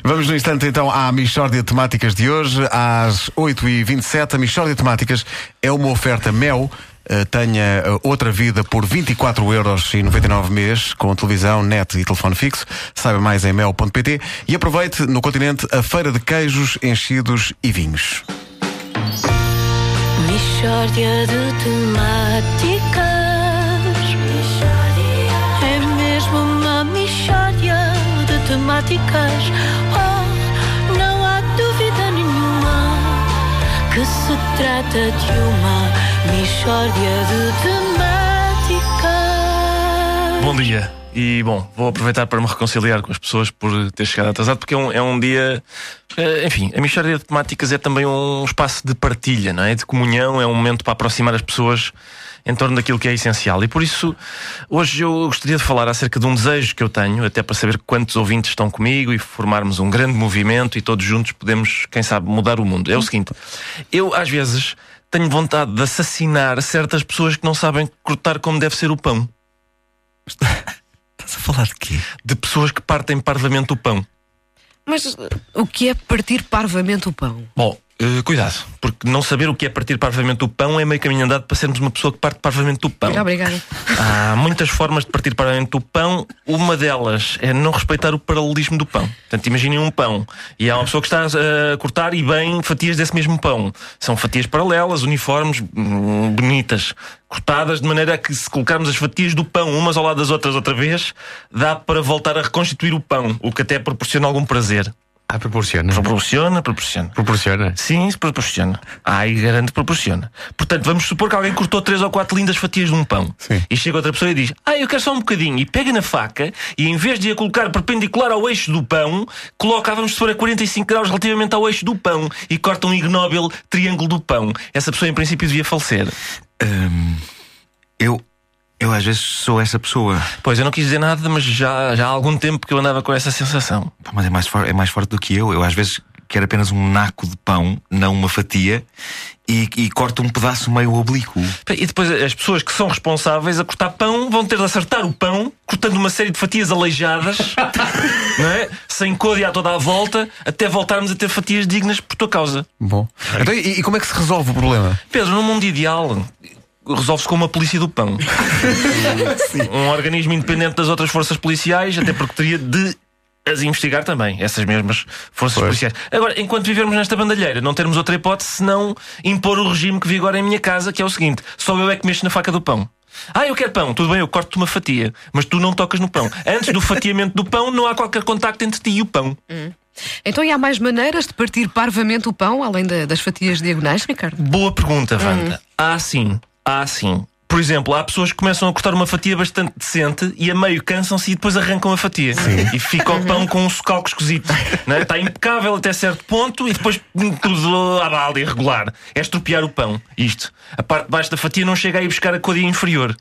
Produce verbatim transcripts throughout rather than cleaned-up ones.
Vamos no instante então à Mixórdia de Temáticas de hoje, às oito e vinte e sete. A Mixórdia de Temáticas é uma oferta Mel. Uh, tenha uh, outra vida por vinte e quatro euros e noventa e nove mês, com televisão, net e telefone fixo. Saiba mais em mel ponto pt e aproveite no Continente a feira de queijos, enchidos e vinhos. Mixórdia de Temáticas. É mesmo uma mixórdia de temáticas. Oh, não há dúvida nenhuma que se trata de uma mixórdia de temáticas. Bom dia. E, bom, vou aproveitar para me reconciliar com as pessoas por ter chegado atrasado, porque é um, é um dia... Enfim, a Mixórdia de Temáticas é também um espaço de partilha, não é? De comunhão, é um momento para aproximar as pessoas em torno daquilo que é essencial. E por isso, hoje eu gostaria de falar acerca de um desejo que eu tenho, até para saber quantos ouvintes estão comigo e formarmos um grande movimento e todos juntos podemos, quem sabe, mudar o mundo. É o seguinte, eu às vezes tenho vontade de assassinar certas pessoas que não sabem cortar como deve ser o pão. Estás a falar de quê? De pessoas que partem parvamente o pão. Mas o que é partir parvamente o pão? Bom, uh, cuidado, porque não saber o que é partir parvamente o pão é meio caminho andado para sermos uma pessoa que parte parvamente o pão. Obrigada. Há muitas formas de partir parvamente o pão. Uma delas é não respeitar o paralelismo do pão. Portanto, imaginem um pão e há uma pessoa que está a cortar e bem fatias desse mesmo pão. São fatias paralelas, uniformes, hum, bonitas, cortadas de maneira a que, se colocarmos as fatias do pão umas ao lado das outras outra vez, dá para voltar a reconstituir o pão, o que até proporciona algum prazer. Ah, proporciona. Proporciona, proporciona. Proporciona. Sim, isso proporciona. Ai, garanto que proporciona. Portanto, vamos supor que alguém cortou três ou quatro lindas fatias de um pão. Sim. E chega outra pessoa e diz: ah, eu quero só um bocadinho. E pega na faca e, em vez de a colocar perpendicular ao eixo do pão, coloca, vamos supor, a quarenta e cinco graus relativamente ao eixo do pão e corta um ignóbil triângulo do pão. Essa pessoa, em princípio, devia falecer. Hum, eu... Eu às vezes sou essa pessoa. Pois, eu não quis dizer nada, mas já, já há algum tempo que eu andava com essa sensação. Mas é mais, for, é mais forte do que eu. Eu às vezes quero apenas um naco de pão, não uma fatia, e, e corto um pedaço meio oblíquo. E depois as pessoas que são responsáveis a cortar pão vão ter de acertar o pão, cortando uma série de fatias aleijadas, não é? Sem côdea a toda a volta, até voltarmos a ter fatias dignas por tua causa. Bom. Então, e, e como é que se resolve o problema? Pedro, num mundo ideal, resolve-se com uma polícia do pão. Um organismo independente das outras forças policiais, até porque teria de as investigar também, essas mesmas forças pois. policiais. Agora, enquanto vivermos nesta bandalheira, não termos outra hipótese senão impor o regime que vigora em minha casa, que é o seguinte: só eu é que mexo na faca do pão. Ah, eu quero pão, tudo bem, eu corto-te uma fatia, mas tu não tocas no pão. Antes do fatiamento do pão, não há qualquer contacto entre ti e o pão. Hum. Então, e há mais maneiras de partir parvamente o pão, além da, das fatias diagonais, Ricardo? Boa pergunta, Wanda. Hum. Há sim. Ah, sim. Por exemplo, há pessoas que começam a cortar uma fatia bastante decente e a meio cansam-se e depois arrancam a fatia. Sim. E fica o pão com um socalco esquisito. Não é? Está impecável até certo ponto e depois tudo à bala, irregular. É estropiar o pão. Isto. A parte de baixo da fatia não chega a ir buscar a côdea inferior.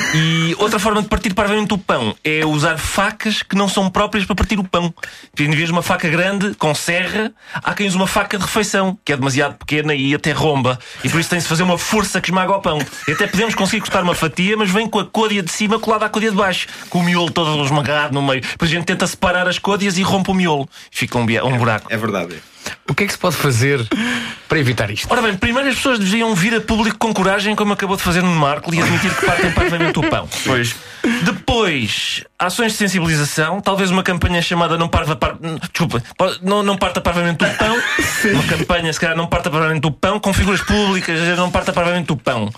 E outra forma de partir parvamente o pão é usar facas que não são próprias para partir o pão. Em vez de uma faca grande, com serra, há quem use uma faca de refeição, que é demasiado pequena e até romba. E por isso tem-se de fazer uma força que esmaga o pão. E até podemos conseguir cortar uma fatia, mas vem com a côdea de cima colada à côdea de baixo, com o miolo todo esmagado no meio. Depois a gente tenta separar as côdeas e rompe o miolo. Fica um, um buraco. É verdade. O que é que se pode fazer para evitar isto? Ora bem, primeiro as pessoas deveriam vir a público com coragem, como acabou de fazer no Marco, e admitir que partem parvamente o pão. Pois. Depois, ações de sensibilização, talvez uma campanha chamada Não Parva par... Desculpa, não, não parta parvamente o pão. Uma campanha, se calhar, Não Parta Parvamente o Pão, com figuras públicas, Não Parta Parvamente o Pão.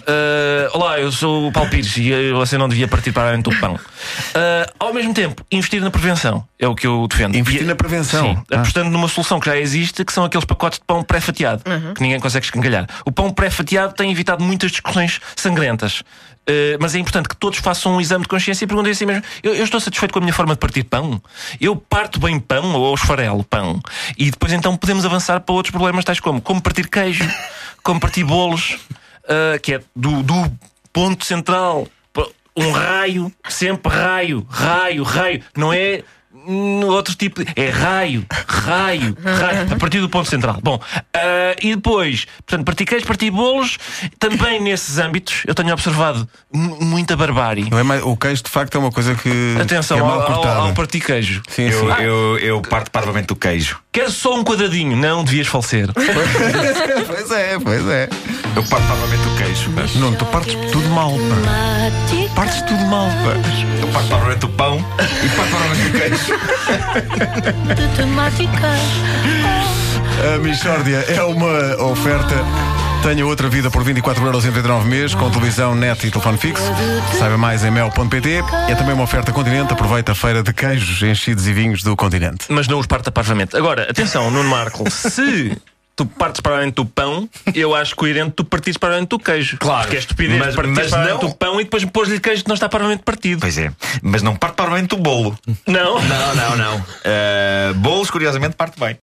Uh, olá, eu sou o Paulo Pires e você não devia partir parvamente o pão. Uh, ao mesmo tempo, investir na prevenção é o que eu defendo. Investir e, na prevenção? Sim, ah. apostando numa solução que já existe, que são aqueles pacotes de pão pré-fatiado, uhum. que ninguém consegue escangalhar. O pão pré-fatiado tem evitado muitas discussões sangrentas. Uh, mas é importante que todos façam um exame de consciência e perguntem a si mesmo: eu, eu estou satisfeito com a minha forma de partir pão? Eu parto bem pão ou esfarelo pão? E depois então podemos avançar para outros problemas, tais como como partir queijo, como partir bolos, uh, que é do, do ponto central, um raio, sempre raio, raio, raio. Não é No outro tipo de... É raio, raio, raio, a partir do ponto central. Bom, uh, e depois, portanto, parti queijo, parti bolos. Também nesses âmbitos eu tenho observado muita barbárie. Não é mais, o queijo de facto é uma coisa que Atenção é mal ao, cortada. ao, ao parti queijo. Sim, Eu, sim. eu, eu parto parvamente do queijo. Quer só um quadradinho? Não, devias falecer. Pois é, pois é. Eu parto parvamente do queijo. Não, tu partes tudo mal, pá. Partes tudo mal, pá. Eu parto parvamente do pão e parto parvamente do queijo. de temáticas. A Mixórdia é uma oferta. Tenha outra vida por vinte e quatro euros e noventa e nove mês, com televisão, net e telefone fixo. Saiba mais em mel ponto pt. É também uma oferta Continente. Aproveita a feira de queijos, enchidos e vinhos do Continente. Mas não os parta parvamente. Agora, atenção, Nuno Marco, se tu partes parvamente do pão, eu acho coerente tu partires parvamente do queijo. Claro. Porque é estupidez Mas- partir mas parvamente não- do pão e depois pôs-lhe queijo que não está parvamente partido. Pois é, mas não parto parvamente do bolo. Não? Não, não, não. Uh, bolos, curiosamente, parte bem.